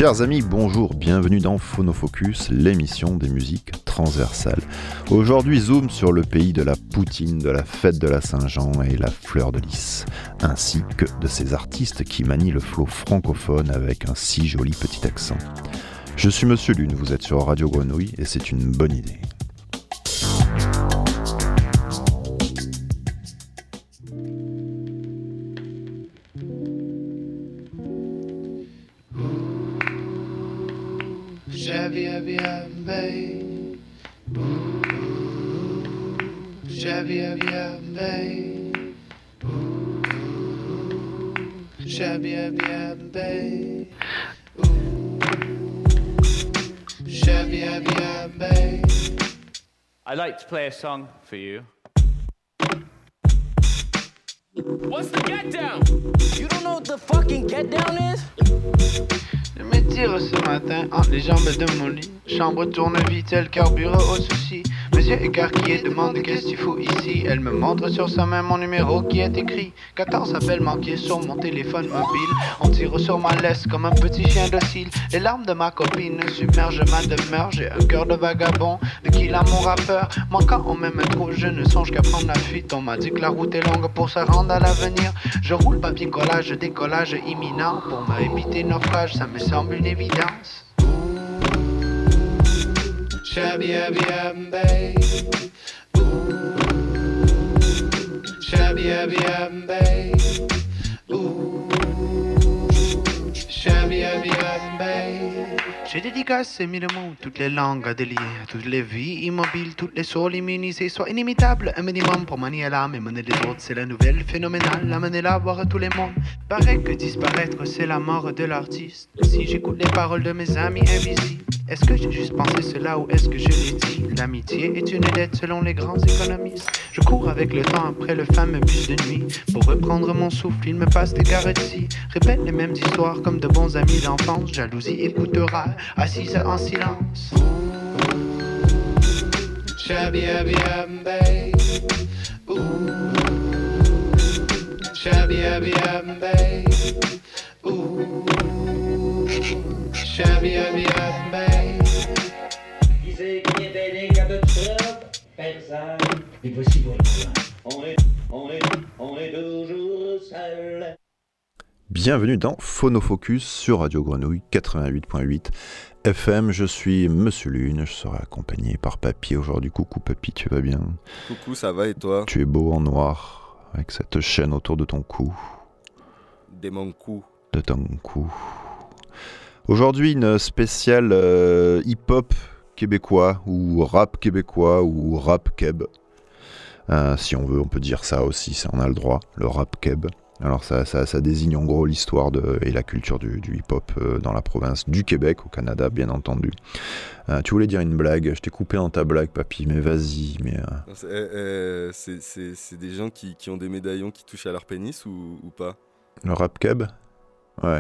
Chers amis, bonjour, bienvenue dans Phonofocus, l'émission des musiques transversales. Aujourd'hui, zoom sur le pays de la poutine, de la fête de la Saint-Jean et la fleur de lys, ainsi que de ces artistes qui manient le flow francophone avec un si joli petit accent. Je suis Monsieur Lune, vous êtes sur Radio Grenouille et c'est une bonne idée. I'd like to play a song for you. What's the get down? You don't know what the fucking get down is? Je m'étire ce matin entre les jambes de mon lit. Chambre tourne vite, elle carbure aux soucis. Mes yeux écarquillés demandent qu'est-ce qu'il faut ici. Elle me montre sur sa main mon numéro qui est écrit. 14 appels manqués sur mon téléphone mobile. On tire sur ma laisse comme un petit chien docile. Les larmes de ma copine submergent ma demeure. J'ai un cœur de vagabond, de qui l'a mon rappeur. Moi quand on m'aime trop, je ne songe qu'à prendre la fuite. On m'a dit que la route est longue pour se rendre à l'avenir. Je roule papier collage, décollage imminent. Pour m'éviter naufrage, ça me semble une évidence. Shabby abby abby, ooh. Shabby abby abby, ooh. Shabby abby abby. J'ai dédicacé mille mots, toutes les langues à délier, toutes les vies immobiles, toutes les souls immunisées, soit inimitables, un minimum pour manier l'âme et mener les autres, c'est la nouvelle phénoménale, amenez-la à voir tous les mondes. Paraît que disparaître c'est la mort de l'artiste. Si j'écoute les paroles de mes amis invisibles, est-ce que j'ai juste pensé cela ou est-ce que je l'ai dit? L'amitié est une dette selon les grands économistes. Je cours avec le temps après le fameux bus de nuit. Pour reprendre mon souffle, il me passe des garettis. Répète les mêmes histoires comme de bons amis d'enfance. Jalousie écoutera, assise en silence. Shabby abby abby, ooh. Shabby abby abby, ooh. Shabby abby abby. Qui c'est qui était des gars de club? Personne. Mais voici pourquoi. On est toujours seul. Bienvenue dans Phonofocus sur Radio Grenouille 88.8 FM. Je suis Monsieur Lune, je serai accompagné par Papy aujourd'hui. Coucou Papy, tu vas bien? Coucou, ça va et toi? Tu es beau en noir, avec cette chaîne autour de ton cou. De mon cou. De ton cou. Aujourd'hui, une spéciale hip-hop québécois, ou rap québécois, ou rap keb. Si on veut, on peut dire ça aussi, ça on a le droit, le rap keb. Alors ça désigne en gros l'histoire et la culture du hip-hop dans la province du Québec, au Canada bien entendu. Tu voulais dire une blague, je t'ai coupé dans ta blague Papy, mais vas-y. Mais c'est des gens qui ont des médaillons qui touchent à leur pénis ou pas? Le rap keb? Ouais.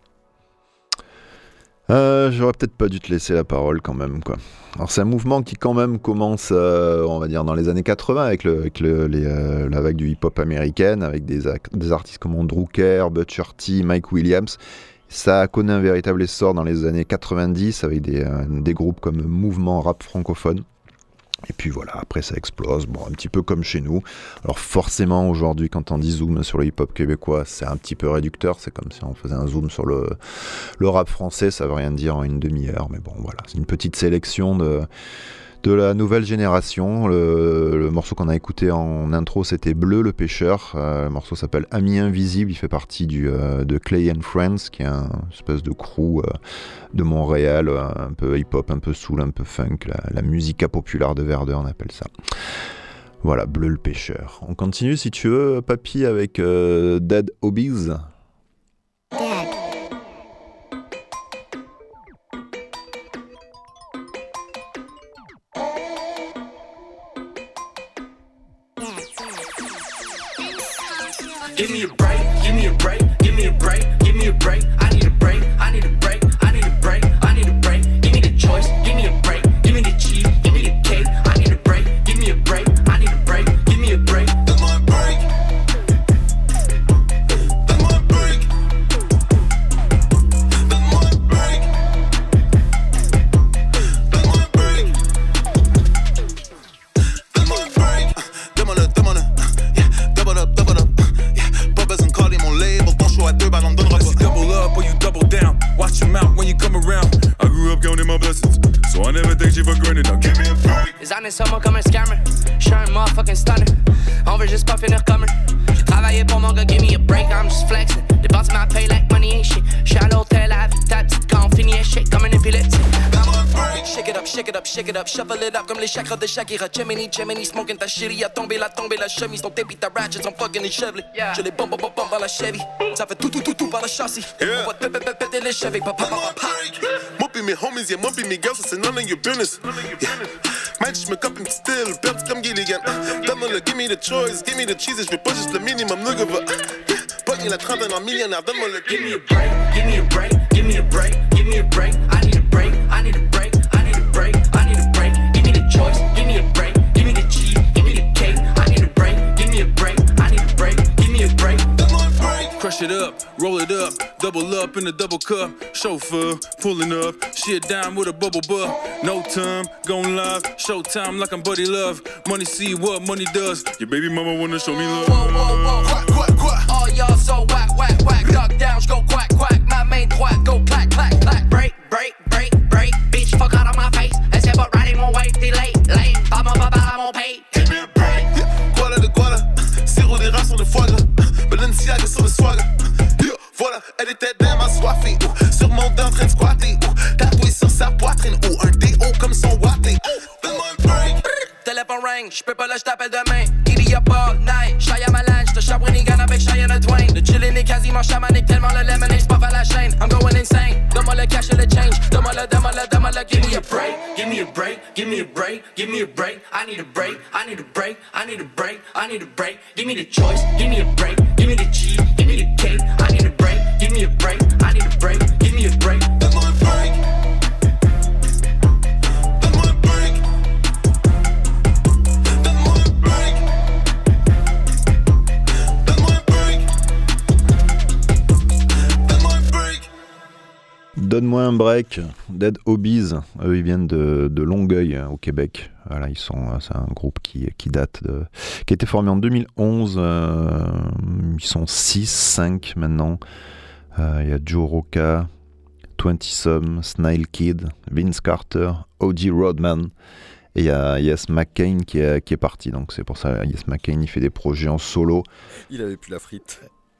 J'aurais peut-être pas dû te laisser la parole quand même, quoi. Alors c'est un mouvement qui quand même commence, on va dire, dans les années 80 avec la vague du hip-hop américaine, avec des artistes comme Drucker, Butcher T, Mike Williams. Ça a connu un véritable essor dans les années 90 avec des groupes comme Mouvement Rap Francophone. Et puis voilà, après ça explose, bon, un petit peu comme chez nous. Alors forcément, aujourd'hui, quand on dit zoom sur le hip-hop québécois, c'est un petit peu réducteur. C'est comme si on faisait un zoom sur le rap français, ça veut rien dire en une demi-heure. Mais bon, voilà, c'est une petite sélection de la nouvelle génération. Le morceau qu'on a écouté en intro, c'était Bleu le pêcheur. Le morceau s'appelle Ami Invisible. Il fait partie de Clay and Friends, qui est un espèce de crew de Montréal, un peu hip-hop, un peu soul, un peu funk, la musica populaire de Verdun, on appelle ça. Voilà, Bleu le pêcheur. On continue si tu veux, Papy, avec Dead Hobbies. Give me a break, give me a break, give me a break, give me a break. I need a break, I need a break, I need a break, I need a break. Give me the choice, give me a break, give me the cheese, give me the cake. I need a break, give me a break, I need a break, give me a break. That's my break. That's my break. That's my break. I never take you for granted. Now give me a break. Les années summer comme un scammer. J'suis un motherfucking stunner. On veut juste pas finir comme un. J'ai travaillé pour mon gars, give me a break, I'm just flexing. Dépense ma paye like money ain't shit. J'suis à l'hôtel avec ta petite quand on finit shake comme un épileptique. Shake it up, shake it up, shake it up, shuffle it up comme les chakras de Shakira. Jiminy, smoking ta chérie. A tombé la chemise. Ton tape, ta ratchet, sont fucking échevelés. Je les bombe par la Chevy. Ça fait tout par la châssis. On va péter les Chevy. Moi pis mes homies, yeah, moi pis mes gars, ça c'est none of your business. Yeah. Man, j'me cup and still, perte comme Gilligan. Donne-moi le, give me the choice, give me the cheese. J'veux pas juste le minimum, nigga, but pogné la trentaine en millionnaire, donne-moi le. Give me a break, give me a break, give me a break, give me a break. I need a break, I need a break, I need a break, I need a break. Give me the choice, give me a break, give me the cheese, give me the cake. I need a break, give me a break, I need a break, give me a break. Crush it up, roll it up, double up in a double cup. Chauffeur, pulling up, shit down with a bubble butt. No time, gon' live, showtime like I'm Buddy Love. Money see what money does. Your baby mama wanna show me love. Whoa, whoa, whoa, quack, quack, quack. All y'all so whack, whack, whack. Duck down, j'go quack, quack. Ma main droite, go clack, clack, clack. Break, break, break, break. Bitch, fuck out of my face. Essaie pas de rider mon wave, t'es late, late. Pas mon papa à mon pay. Give me a break. Guala de guala, sirop des rats sur le foie gras. Balenciaga sur le swagger. Voilà, elle était bien assoiffée. Sur mon dos en train de squatter. Tatoué sur sa poitrine. Un D.O. comme son watté. Donne-moi un break. Téléphone ring, j'peux pas là, j't'appelle demain. Il y a pas night, j'taille à ma lange, j'te chape Winnigan avec Cheyenne Dwayne. Le chillin' est quasiment chamanique, tellement le lemonade, j'puff à la chaîne. I'm going insane, donne-moi le cash et le change. Donne-moi le, give me a break. Give me a break, give me a break, give me a break. I need a break, I need a break, I need a break, I need a break. Give me the choice, give me a break, give me the cheese, give me the cake. I need a break, give me a break, I need a break, give me a break. Donne-moi un break. Donne-moi un break, Dead Hobbies, eux ils viennent de Longueuil au Québec. Voilà, c'est un groupe qui date qui a été formé en 2011. Ils sont 6-5 maintenant. Il y a Joe Rocca, 20some, Snail Kid, Vince Carter, O.G. Rodman. Et il y a Yes McCain qui est parti. Donc c'est pour ça Yes McCain il fait des projets en solo. Il avait plus la frite.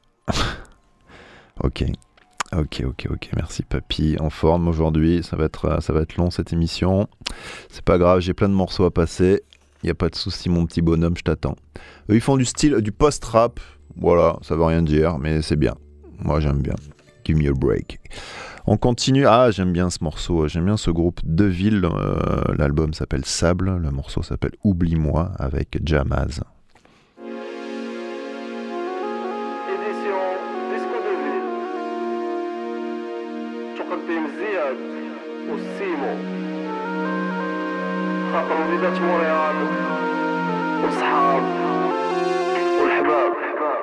Ok, merci papy, en forme aujourd'hui, ça va être long cette émission, c'est pas grave, j'ai plein de morceaux à passer, y a pas de souci mon petit bonhomme, je t'attends. Eux ils font du post-rap, voilà, ça veut rien dire, mais c'est bien, moi j'aime bien, give me a break. On continue, j'aime bien ce morceau, j'aime bien ce groupe Deville, l'album s'appelle Sable, le morceau s'appelle Oublie-moi avec Jamaz. خاطر وليدات موريال والصحاب والحباب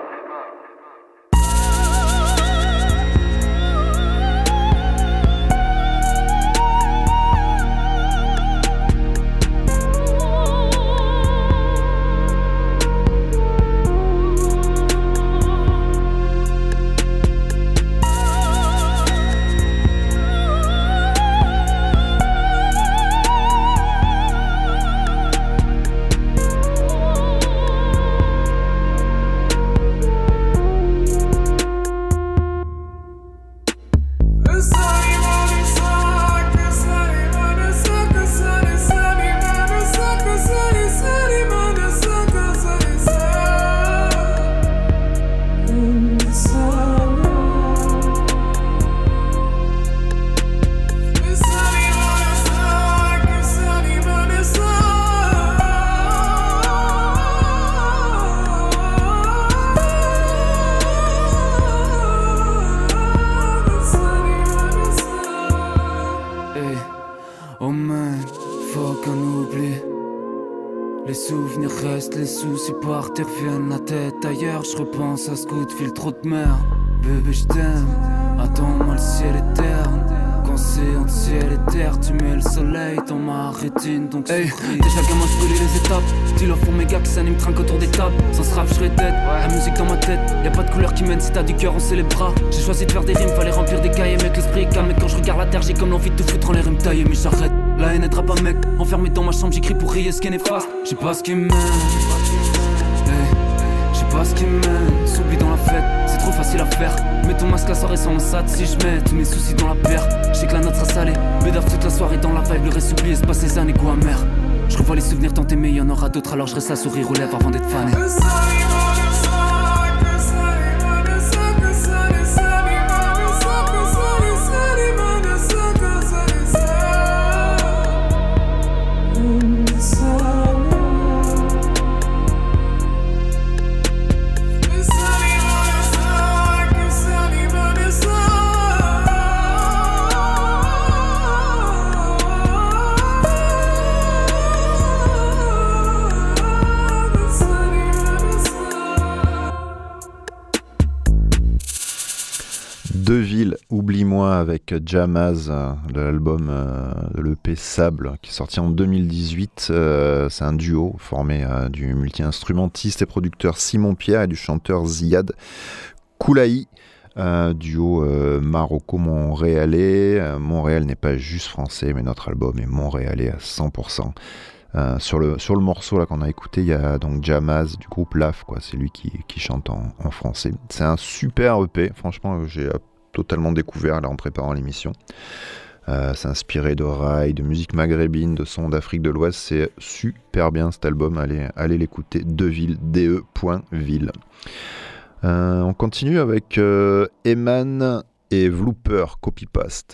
Partir viennent la tête ailleurs, je repense à ce coup de fil, trop de merde. Bébé je t'aime, attends-moi le ciel est terne. danser entre ciel et terre. Tu mets le soleil dans ma rétine, donc hey, déjà gamin je brûlais les étapes. Dis-leur pour mes gars qui s'animent trinquent autour des tables. Sans ce rap je serais dead, la musique dans ma tête. Y'a pas de couleur qui mène, si t'as du cœur on sait les bras. J'ai choisi de faire des rimes, fallait remplir des cahiers. Mec l'esprit est calme et quand je regarde la terre j'ai comme l'envie de tout foutre en l'air et me tailler. Mais j'arrête, la haine n'aidera pas mec. Enfermé dans ma chambre j'écris pour rayer ce qui est néfaste. J'ai pas ce qui mène, j'ai pas ce qui mène. S'oublie dans la fête, c'est trop facile à faire. Mets ton masque la soirée sans massade. Si je mets tous mes soucis dans la paire, je sais que la note sera salée. Bédave toute la soirée dans la vibe, le reste oublié, c'est pas ces années goût amer. Je revois les souvenirs tant aimés, y'en aura d'autres. Alors je reste à sourire aux lèvres avant d'être fané. Deville, Oublie-moi avec Jamaz, de l'album de l'EP Sable qui est sorti en 2018. C'est un duo formé du multi-instrumentiste et producteur Simon Pierre et du chanteur Ziad Koulaï. Duo maroco-montréalais. Montréal n'est pas juste français, mais notre album est montréalais à 100%. Sur le morceau là qu'on a écouté, il y a donc Jamaz du groupe LAF, quoi. C'est lui qui chante en français. C'est un super EP, franchement, j'ai totalement découvert là en préparant l'émission. C'est inspiré de rail, de musique maghrébine, de sons d'Afrique de l'Ouest. C'est super bien cet album, allez l'écouter. Deville, DE.ville. On continue avec Eman et Vlooper, Copy-Paste.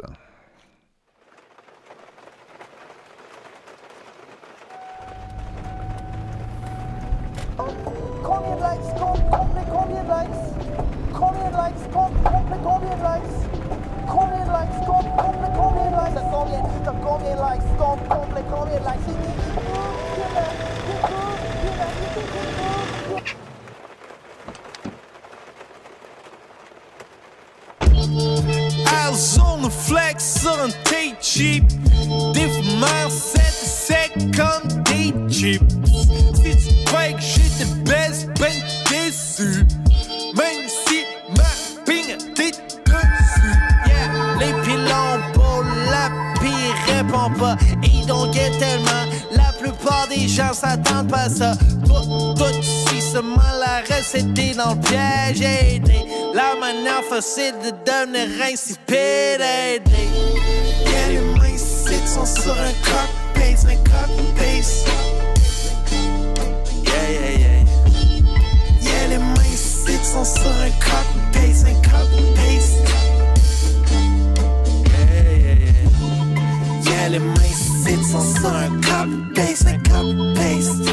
Eyes on the flex sur un T-Jeep. Des fumeurs 7 secs comme des Jeeps. Si tu crois que j'ai des baisses, ben déçu. Même si ma ping t'es dessus. Yeah, les pilons pour la pire répond pas. Ils don't get tellement. La plupart des gens s'attendent pas à ça. Tout si seulement la recette est dans le piège. Aidé. La manière facile de devenir insipide. Aidé. Yeah, les mains sont sur un cock-pace, un cock-pace. Yeah, yeah, yeah. Yeah, les mains sont sur un cock-pace, un cock-pace. Yeah, yeah, yeah. Yeah, les mains sont sur un cock-pace, un cock-pace.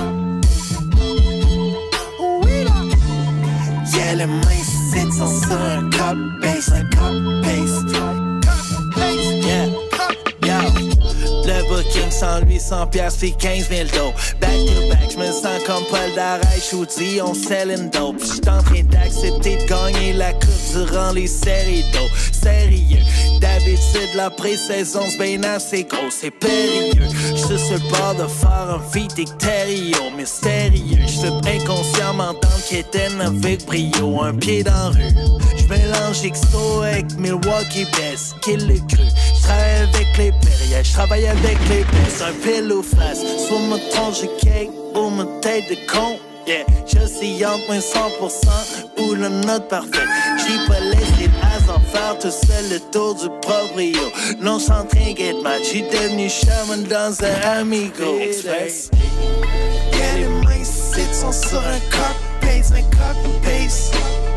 Yeah, les mains sont sur un cock-pace, un cock-pace. Yeah, yeah. Le booking sans lui, 100 piastres, puis 15 000 $. Back to back, j'me sens comme Paul d'Arraille, j'oudis, on selling dope. J'suis en train d'accepter de gagner la coupe durant les séries d'eau. Sérieux, d'habitude la pré-saison c'est ben assez gros, c'est périlleux. J'suis sur le bord de faire un feat avec Terrio, mystérieux. J'suis inconsciemment dans le quétaine avec brio, un pied dans la rue. J'mélange XO avec Milwaukee Best, qui l'a cru. J'travaille avec les périlleux, j'travaille avec les bestes. Un pile ou face, sur ma tronche de cake ou ma tête de con. Yeah, je suis entre moins 100% ou la note parfaite. J'ai pas laissé le hasard faire tout seul le tour du proprio. Non, sans trinquet de match, j'suis devenu chaman dans un Amigo Express. Yeah, les mains sont sur un cock-pace, un cock-pace.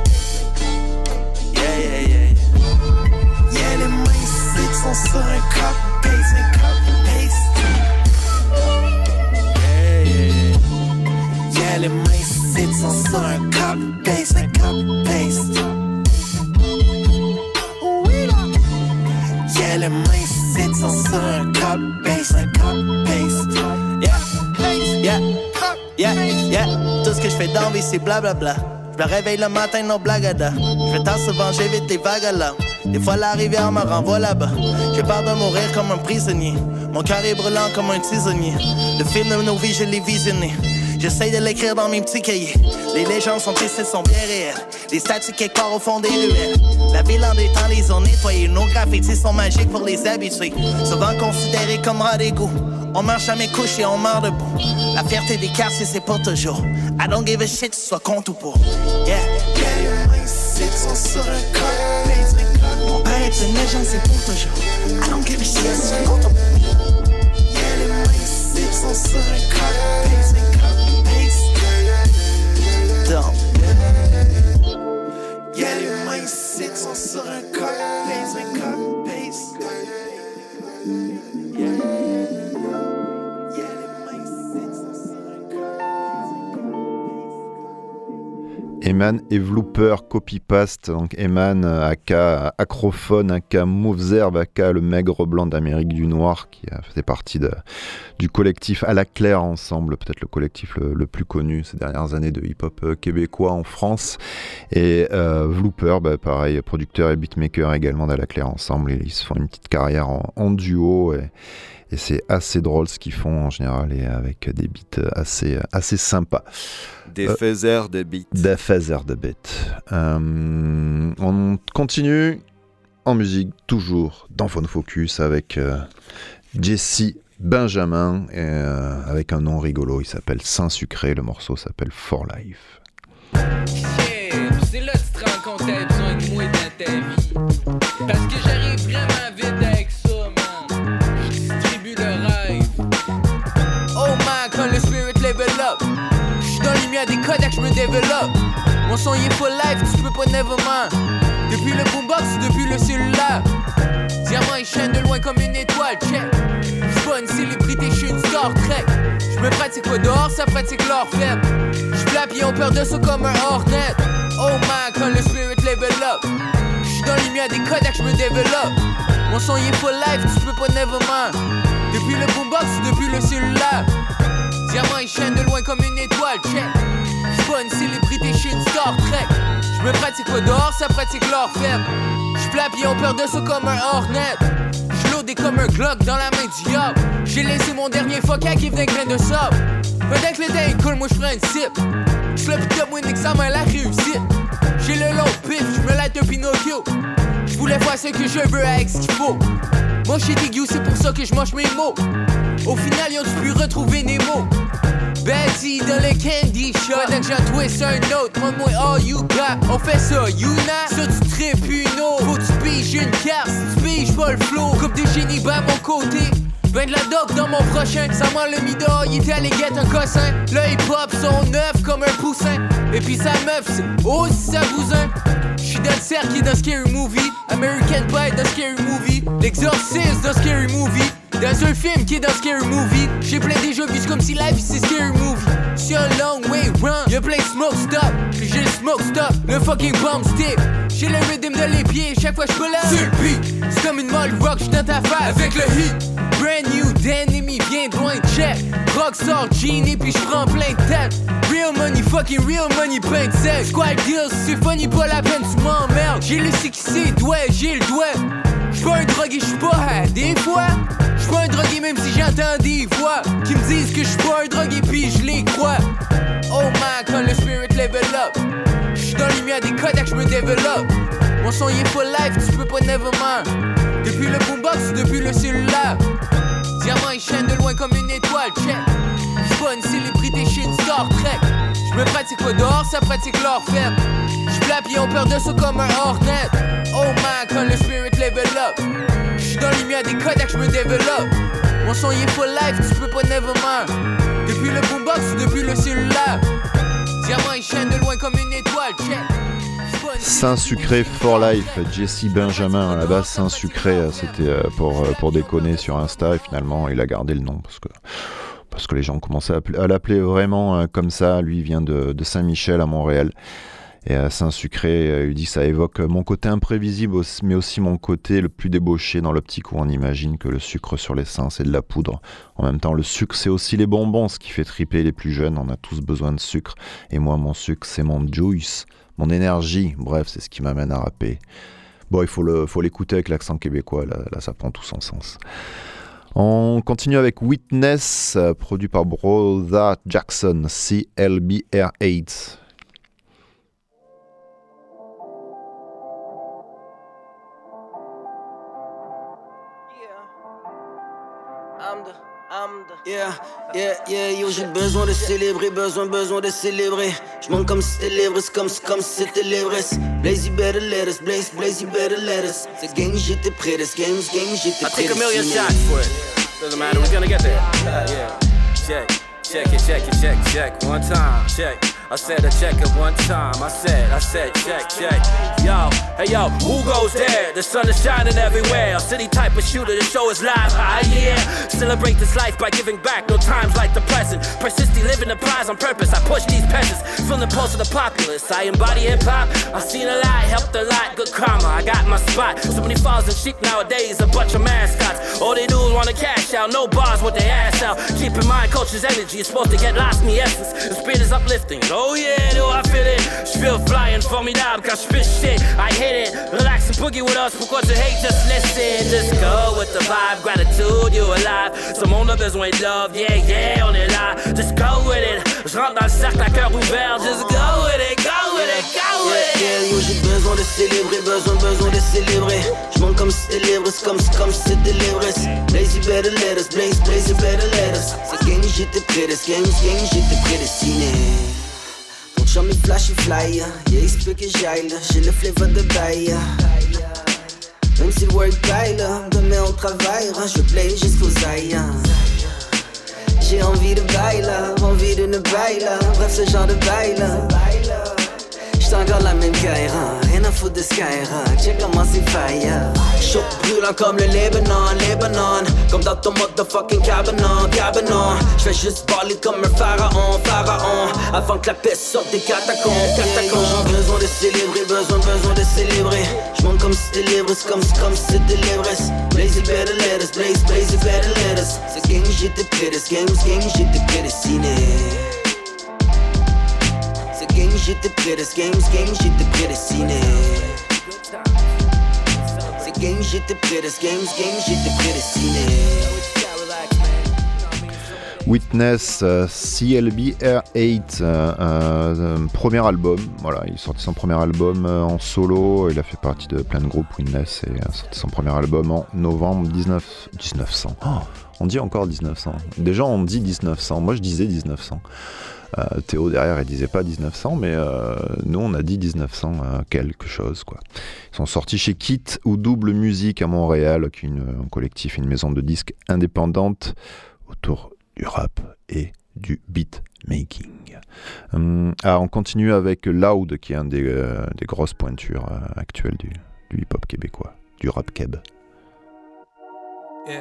Yeah, yeah, yeah. Yeah, les mains sont sur un cock-pace, un cock-pace. Yeah, yeah, yeah. Yeah, les mains sont sur un cock-pace, un cock-pace. Yeah, les mains sont sur un cock-pace, un cock-pace. Yeah, yeah, yeah, yeah. Tout ce que je fais dans vie c'est blablabla. Je me réveille le matin, non blagada. Je vais t'en se venger vite les vagues là. Des fois la rivière me renvoie là-bas. J'ai peur de mourir comme un prisonnier. Mon cœur est brûlant comme un tisonnier. Le film de nos vies, je l'ai visionné. J'essaye de l'écrire dans mes petits cahiers. Les légendes sont tristes, sont bien réelles. Les statues quelque part au fond des ruelles. La ville en des temps les ont nettoyées. Nos graffitis sont magiques pour les habitués. Souvent considérés comme rats d'égout. On marche jamais couché, on meurt debout. La fierté des quartiers, c'est pour toujours. I don't give a shit, tu sois contre ou pour. Yeah, yeah, yeah. Ici, sont sur un corps. Mon père est une légende, c'est pour toujours. I don't give a shit, tu sois contre ou pour. Yeah, les mains ici, sont sur un corps. Yeah, les mains ici sont sur un code, pace, un code, pace. Yeah, les mains ici sont sur un code. Eman et Vlooper, copy-paste, donc Eman, aka Acrophone, aka Moveserve, aka le maigre blanc d'Amérique du Noir, qui a fait partie du collectif À la Claire Ensemble, peut-être le collectif le plus connu ces dernières années de hip-hop québécois en France. Et Vlooper, pareil, producteur et beatmaker également d'À la Claire Ensemble, et ils se font une petite carrière en duo, et c'est assez drôle ce qu'ils font en général, et avec des beats assez sympas. Des faiseurs de beats. Des faiseurs de beats. On continue en musique, toujours dans Phone Focus, avec Jesse Benjamin, avec un nom rigolo, il s'appelle Saint-Sucré, le morceau s'appelle For Life. Yeah, c'est là que tu te rends compte que t'as besoin de moi dans ta vie. Parce que j'arrive vraiment vite avec ça, man. J'distribue le rêve. Oh man, quand le spirit level up, j'suis dans les miens des Kodak, j'me développe. Mon son y est full life, tu peux pas never man. Depuis le boombox, depuis le cellulaire. Diamant il chaîne de loin comme une étoile, check. J'suis pas une célébrité, j'suis une Star Trek. J'me pratique pas dehors, ça pratique l'or faible. J'flappe, ils ont peur de ça comme un Hornet. Oh man, quand le spirit level up, j'suis dans les miens des Kodak, j'me développe. Mon son y est full life, tu peux pas never man. Depuis le boombox, depuis le cellulaire. Diamant il chaîne de loin comme une étoile, check. J'suis pas une célébrité, j'suis une Star Trek. J'me pratique pas dehors, ça pratique l'or faible. J'flappe, ils ont peur de ça comme un Hornet. J'loadé comme un Glock dans la main du diable. J'ai laissé mon dernier foca qui venait plein de sable. Pendant que le temps est cool, moi j'prends une sip. J'le put up mon examen, la réussite. J'ai le long pif, j'me lâche un Pinocchio. J'voulais faire ce que je veux avec ce qu'il faut. Moi j'suis dégueu, c'est pour ça que j'mange mes mots. Au final, ils ont pu retrouver Nemo. Betty dans le candy shop. Pendant que j'en twist un autre, moi all you got. On fait ça, you not. Ça tu tripes une autre. Faut que tu piges une carte, si tu piges pas le flow. Coupe de génie bas à mon côté. Ben de la dope dans mon prochain. Ça ment le midor, il était allé guette un cossin. Le hip-hop sont neufs comme un poussin. Et puis sa meuf, c'est aussi sa bousin. J'suis dans le cercle qui est dans Scary Movie. American Pie dans Scary Movie. L'Exorciste dans Scary Movie. Dans un film qui est dans Scary Movie. J'ai plein déjà vu, c'est comme si la vie c'est Scary Movie. C'est un long way run, y'a plein de smoke stop. Puis j'ai le smoke stop, le fucking bomb stick. J'ai le rhythm dans les pieds, chaque fois j'pull up sur le beat. C'est comme une molle rock, j'suis dans ta face avec le heat. Brand new, d'ennemi, bien de loin, check. Rockstar, Genie, puis j'prends plein de têtes. Real money, fucking real money, plein de sexe. Squad deals, c'est funny, pas la peine, tu m'emmerdes. J'ai le CQC, doigt, j'ai le doigt. J'suis pas un drogué, j'suis pas high, des fois. J'suis pas un drogué même si j'entends des voix qui me disent que j'suis pas un drogué puis je les crois. Oh man, quand le spirit level up, j'suis dans les miens des Kodak, j'me développe. Mon son y est full life, tu peux pas never man. Depuis le boombox, depuis le cellulaire. Diamant il chaîne de loin comme une étoile, check. J'suis pas une célébrité, j'suis une Star Trek. J'me pratique pas dehors, ça pratique l'or faible. J'flappe, ils ont peur de ça comme un Hornet. Oh man, quand le spirit level up, j'suis dans les miens des Kodak, j'me développe. Mon son y est full life, tu peux pas never man. Depuis le boombox, depuis le cellulaire. Diamant il chaîne de loin comme une étoile, check. Saint-Sucré for Life, Jesse Benjamin à la base. Saint-Sucré, c'était pour déconner sur Insta, et finalement il a gardé le nom parce que les gens commençaient à l'appeler vraiment comme ça. Lui il vient de Saint-Michel à Montréal. Et Saint-Sucré, il dit que ça évoque mon côté imprévisible, mais aussi mon côté le plus débauché, dans l'optique où on imagine que le sucre sur les seins, c'est de la poudre. En même temps, le sucre, c'est aussi les bonbons, ce qui fait triper les plus jeunes. On a tous besoin de sucre. Et moi, mon sucre, c'est mon juice, mon énergie. Bref, c'est ce qui m'amène à rapper. Bon, il faut l'écouter avec l'accent québécois, là ça prend tout son sens. On continue avec Witness, produit par Brother Jackson, CLBR8. Yeah, yo, j'ai besoin de célébrer, besoin de célébrer. J'monte comme si c'était l'ivresse, comme si c'était l'ivresse. Blaze, you better let us, Blaze, you better let us. Cette game, j'étais prêt, this game, j'étais prêt. I take a million shots for it. Doesn't matter, we're gonna get there. Yeah, check. One time, check. I said a check it one time. I said check. Yo, hey yo, who goes there? The sun is shining everywhere. A city type of shooter, the show is live. Yeah. Celebrate this life by giving back. No times like the present. Persistently living the prize on purpose. I push these peasants from the pulse of the populace. I embody hip hop. I've seen a lot, helped a lot. Good karma, I got my spot. So many falls and sheep nowadays. A bunch of mascots. All they do is wanna cash out. No bars with their ass out. Keep in mind, culture's energy is supposed to get lost in the essence. The spirit is uplifting. Oh yeah, do I feel it? J'feel flying formidable quand j'fais shit. I hit it, relax and boogie with us. Pourquoi tu hate? Just listen, just go with the vibe. Gratitude, you alive. Ce monde a besoin de love, yeah, on est là. Just go with it. J'rentre dans le cercle à cœur ouvert. Just go with it. Yeah, yo, j'ai besoin de célébrer, besoin de célébrer. J'monte comme si c'était l'ivresse, comme si c'était l'ivresse. Blaze, you better let us, Blaze, you better let us. Cette game, j'étais prêt, this game, j'étais prédestiné. Ton chum est flashy fly, yeah, il se peut que j'aille là. J'ai le flavor de bail, même si le work paye là. Demain on travaillera, je play jusqu'aux ailes. J'ai envie de bail là, envie de ne bail là. Bref, ce genre de bail là. J'suis encore la même Kaira, rien à foutre de Skyra. Check comment c'est fire. Chaud brûlant comme le Lebanon. Comme dans ton motherfucking cabanon. J'fais juste parler comme un pharaon. Avant que la paix sorte des catacombes. J'ai besoin de célébrer, besoin de célébrer. J'monte comme si c'était l'ivresse, comme si c'était l'ivresse. Blaze, you better let us, Blaze, you better let us. Cette game, j'étais prêt, this game, j'étais prédestiné. J'étais prêt, this game, j'étais prédestiné. C'est game, j'étais prêt, this game, j'étais prédestiné. Witness, CLBR8, premier album, voilà, il sortit son premier album en solo, il a fait partie de plein de groupes. Witness et a sorti son premier album en novembre 1900. Oh, on dit encore 1900. Déjà on dit 1900, moi je disais 1900. Théo derrière il disait pas 1900, mais nous on a dit 1900 quelque chose quoi. Ils sont sortis chez Kit ou Double Musique à Montréal, qui est un collectif, une maison de disques indépendante autour du rap et du beatmaking. On continue avec Loud, qui est un des grosses pointures actuelles du hip-hop québécois, du rap keb. Yeah.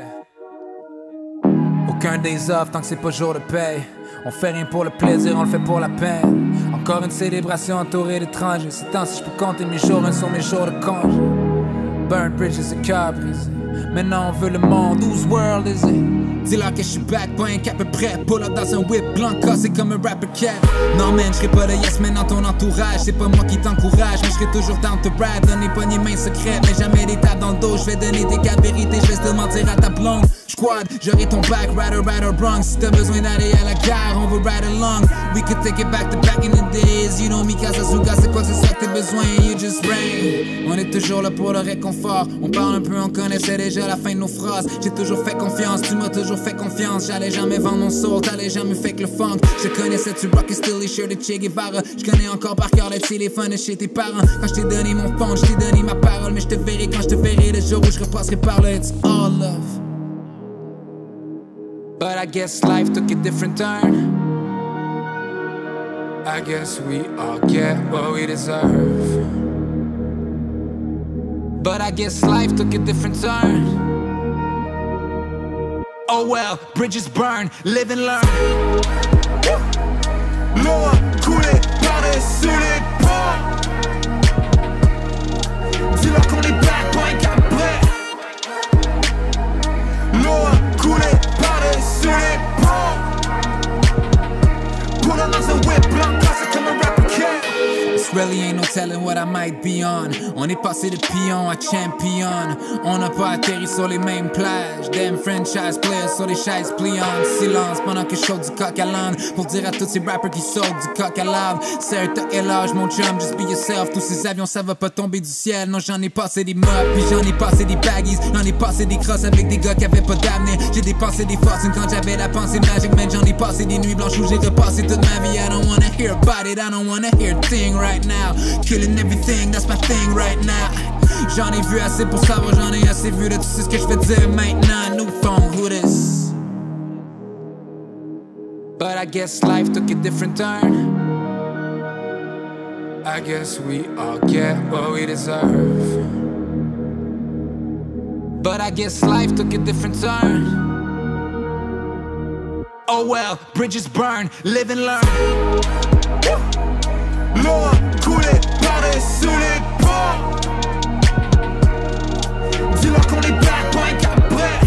Aucun days off tant que c'est pas jour de paye. On fait rien pour le plaisir, on le fait pour la peine. Encore une célébration entourée d'étrangers. C'est temps si je peux compter mes jours, sur mes jours de congé. Burn bridges et cœur brisé. Maintenant on veut le monde, whose world is it? Dis-leur que je suis back, pas un cap prêt. Pull up dans un whip blanc cassé comme un rapper cap. Non man, j'serai pas le yes man dans ton entourage. C'est pas moi qui t'encourage, mais j'serai toujours down to rap. Donner pas ni mains secrètes, mais jamais des tapes dans le dos. J'vais donner des cas de vérité, j'vais te mentir à ta blonde. Squad, j'aurai ton back, rider wrong. Si t'as besoin d'aller à la gare, on veut ride along. We could take it back to back in the days. You know Mikasa Suga, c'est quoi que c'est ça que t'as besoin, you just rain. On est toujours là pour le réconfort. On parle un peu, on connaissait déjà la fin de nos phrases. J'ai toujours fait confiance, tu m'as toujours fait confiance. J'allais jamais vendre mon soul, t'allais jamais fake le funk. Je connaissais tu rock et still les shirts de Che Guevara. Je connais encore par cœur le téléphone de chez tes parents. Quand je t'ai donné mon phone, je t'ai donné ma parole. Mais je te verrai quand je te verrai le jour où je repasserai par là. It's all love. But I guess life took a different turn. I guess we all get what we deserve. But I guess life took a different turn. Oh well, bridges burn, live and learn. L'eau a coulé par-dessus les ponts. Dis-leur qu'on est back, pas un cap prêt. L'eau a coulé par-dessus les ponts. Pull on dans un whip blanc, c'est comme un rapper cat. It's real belly, ain't no telling what I might be on. On est passé de pion à champion. On n'a pas atterri sur les mêmes plages. Damn franchise players sur des chaises pliantes. Silence pendant que je saute du coq à l'âne. Pour dire à tous ces rappers qui sautent du coq à l'âne. Sérieux, t'as quel âge mon chum, just be yourself. Tous ces avions ça va pas tomber du ciel. Non, j'en ai passé des mobs, puis j'en ai passé des baggies. J'en ai passé des crosses avec des gars qui avaient pas d'avenir. J'ai dépensé des fortunes quand j'avais la pensée magique. Man, j'en ai passé des nuits blanches où j'ai repassé toute ma vie. I don't wanna hear about it, I don't wanna hear a thing right now. Killing everything, that's my thing right now. J'en ai vu assez pour savoir, j'en ai assez vu de tout ce que je vais dire maintenant. New phone, who this? But I guess life took a different turn. I guess we all get what we deserve. But I guess life took a different turn. Oh well, bridges burn, live and learn. L'eau coulée par-dessus les ponts. Dis-leur qu'on est back, pas un cabré.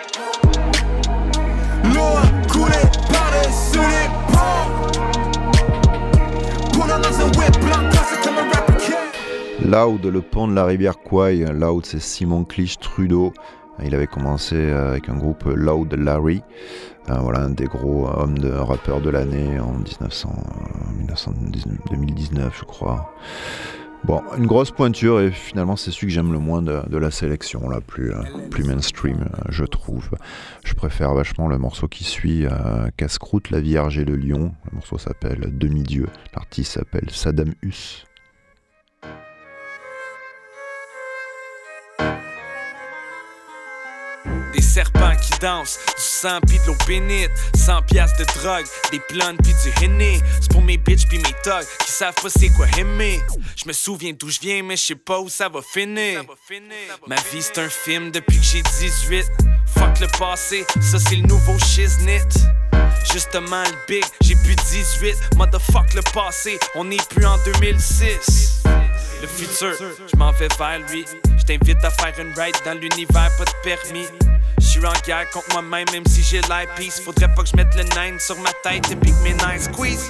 L'eau coulée par-dessus les ponts. Pour dans un whip blanc, c'est comme un rapper kid. Loud, le pont de la rivière Kwai. Loud, c'est Simon Clich Trudeau. Il avait commencé avec un groupe Loud Larry. Voilà, un des gros hommes de rappeurs de l'année en 2019, je crois. Bon, une grosse pointure, et finalement c'est celui que j'aime le moins de la sélection, là, plus mainstream, je trouve. Je préfère vachement le morceau qui suit, Casse-Croûte, La Vierge et le Lion. Le morceau s'appelle Demi-Dieu, l'artiste s'appelle Saddam Hus. Des serpents qui dansent, du sang pis de l'eau bénite. 100 piastres de drogue, des blondes pis du henné. C'est pour mes bitches pis mes thugs qui savent pas c'est quoi aimer. Je me souviens d'où je viens mais je sais pas où ça va finir. Ma vie c'est un film depuis que j'ai 18. Fuck le passé, ça c'est le nouveau shiznit. Justement le big, j'ai plus 18. Motherfuck le passé, on n'est plus en 2006. Le futur, je m'en vais vers lui. Je t'invite à faire une ride dans l'univers, pas de permis. Je suis en guerre contre moi-même, même si j'ai l'air peace. Faudrait pas que je mette le 9 sur ma tête et puis que mes nines squeeze.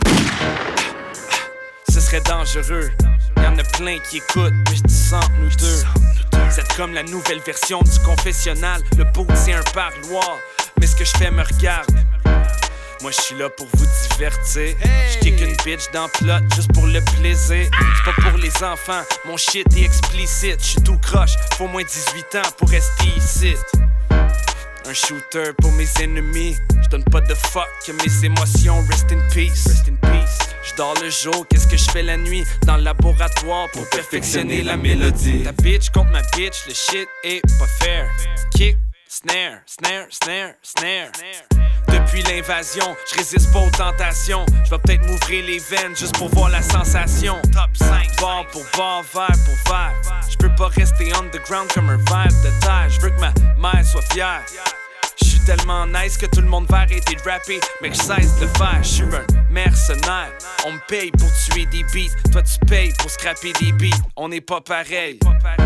Ce serait dangereux. Y'en a plein qui écoutent, mais je dis sans nous deux. C'est comme la nouvelle version du confessionnal. Le beau tient un parloir, mais ce que je fais me regarde. Moi je suis là pour vous divertir. Je kick une bitch dans le plot juste pour le plaisir. C'est pas pour les enfants, mon shit est explicite. Je suis tout croche, faut moins 18 ans pour rester ici. Un shooter pour mes ennemis. Je donne pas de fuck que mes émotions. Rest in peace. Je dors le jour, qu'est-ce que je fais la nuit? Dans le laboratoire pour perfectionner la mélodie. Ta bitch contre ma bitch, le shit est pas fair. Kick, snare, snare, snare, snare. Depuis l'invasion, je résiste pas aux tentations. Je vais peut-être m'ouvrir les veines juste pour voir la sensation. Top 5, bar pour bar, verre pour verre. Je peux pas rester underground comme un verre de terre. Je veux que ma mère soit fière. Je suis tellement nice que tout le monde va arrêter de rapper, mais que je cesse de le faire. Je suis un mercenaire. On me paye pour tuer des beats. Toi tu payes pour scraper des beats. On n'est pas pareil.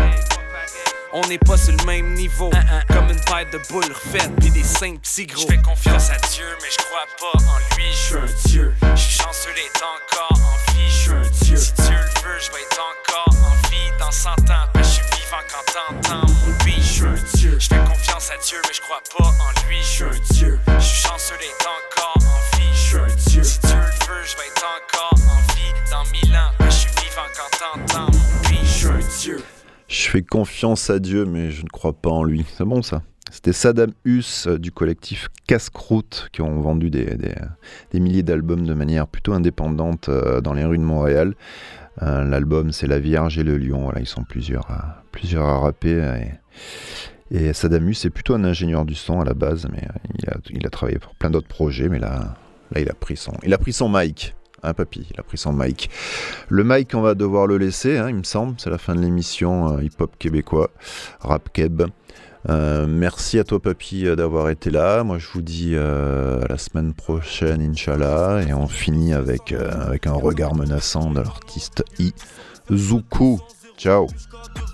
On n'est pas sur le même niveau. Comme une paire de boules refaites pis des seins petits gros. J'fais confiance à Dieu mais j'crois pas en lui. J'suis un dieu. J'suis chanceux d'être encore en vie. J'suis un dieu. Si Dieu le veut, j'vais être encore en vie dans 100 ans. Ben j'suis vivant quand t'entends mon beat. J'suis un dieu. J'fais confiance à Dieu mais j'crois pas en lui. J'suis un dieu. J'suis chanceux d'être encore en vie. J'suis un dieu. Si Dieu le veut, j'vais être encore en vie dans 1000 ans. Ben j'suis vivant quand t'entends mon beat. J'suis un dieu. Je fais confiance à Dieu, mais je ne crois pas en lui. C'est bon, ça. C'était Saddam Hus du collectif Casse-Croûte qui ont vendu des milliers d'albums de manière plutôt indépendante dans les rues de Montréal. L'album, c'est La Vierge et le Lion. Voilà, ils sont plusieurs à rapper. Et Saddam Hus est plutôt un ingénieur du son à la base, mais il a travaillé pour plein d'autres projets. Mais là, il a pris son mic. Hein, papy, il a pris son mic. Le mic, on va devoir le laisser, hein, il me semble. C'est la fin de l'émission hip-hop québécois, rap keb. Merci à toi, papy, d'avoir été là. Moi, je vous dis à la semaine prochaine, Inch'Allah. Et on finit avec un regard menaçant de l'artiste Izuku. Ciao.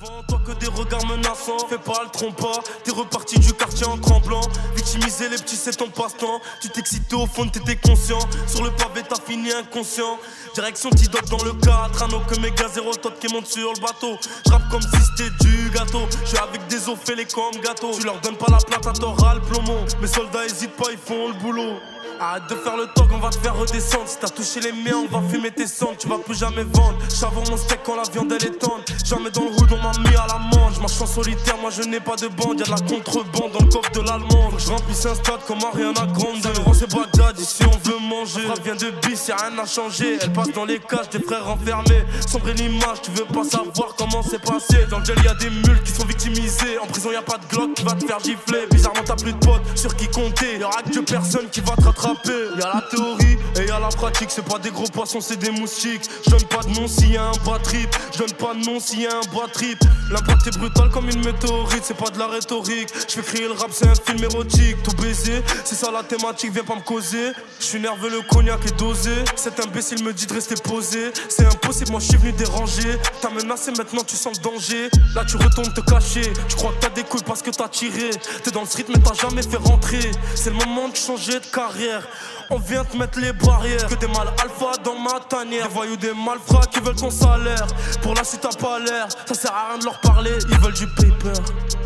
que des regards menaçants. Fais pas le trompe-pas, t'es reparti du quartier en tremblant. Victimiser les petits c'est ton passe-temps. Tu t'excitais au fond, t'étais conscient. Sur le pavé t'as fini inconscient. Direction T-Dot dans le 4, Anno que méga zéro top qui monte sur le bateau. J'rappe comme si c'était du gâteau. J'suis avec des os fêlés comme gâteau. Tu leur donnes pas la plate à t'auras le plomo. Mes soldats hésitent pas, ils font le boulot. Arrête de faire le talk, on va te faire redescendre. Si t'as touché les miens, on va fumer tes cendres. Tu vas plus jamais vendre. J'avoue mon steak quand la viande elle est tendre. Jamais dans le hood, on m'a mis à l'amende. J'marche en solitaire, moi je n'ai pas de bande. Y'a de la contrebande dans le coffre de l'allemande. Faut que j'remplisse un stade comme Ariana Grande. L'euro c'est Bagdad, ici on veut manger. La frappe vient de bis, y'a rien à changer. Elle passe dans les cages des frères enfermés. Sombrer l'image, tu veux pas savoir comment c'est passé. Dans le gel y'a des mules qui sont victimisées. En prison y'a pas de glock qui va te faire gifler. Bizarrement t'as plus de potes sur qui compter. Y'aura que personne qui va te rattraper. Y'a la théorie et y'a la pratique. C'est pas des gros poissons, c'est des moustiques. J'donne pas de nom s'il y a un bas trip. J'donne pas de nom s'il y a un bas trip. L'impact est brutal comme une météorite. C'est pas de la rhétorique. J'fais crier le rap, c'est un film érotique. Tout baiser, c'est ça la thématique. Viens pas me causer. J'suis nerveux, le cognac est dosé. Cet imbécile me dit de rester posé. C'est impossible, moi j'suis venu déranger. T'as menacé, maintenant tu sens le danger. Là tu retournes te cacher. Tu crois que t'as des couilles parce que t'as tiré. T'es dans le street mais t'as jamais fait rentrer. C'est le moment de changer de carrière. On vient te mettre les barrières. Que des mâles alpha dans ma tanière. Des voyous, des malfrats qui veulent ton salaire. Pour la suite t'as pas l'air. Ça sert à rien de leur parler, ils veulent du paper.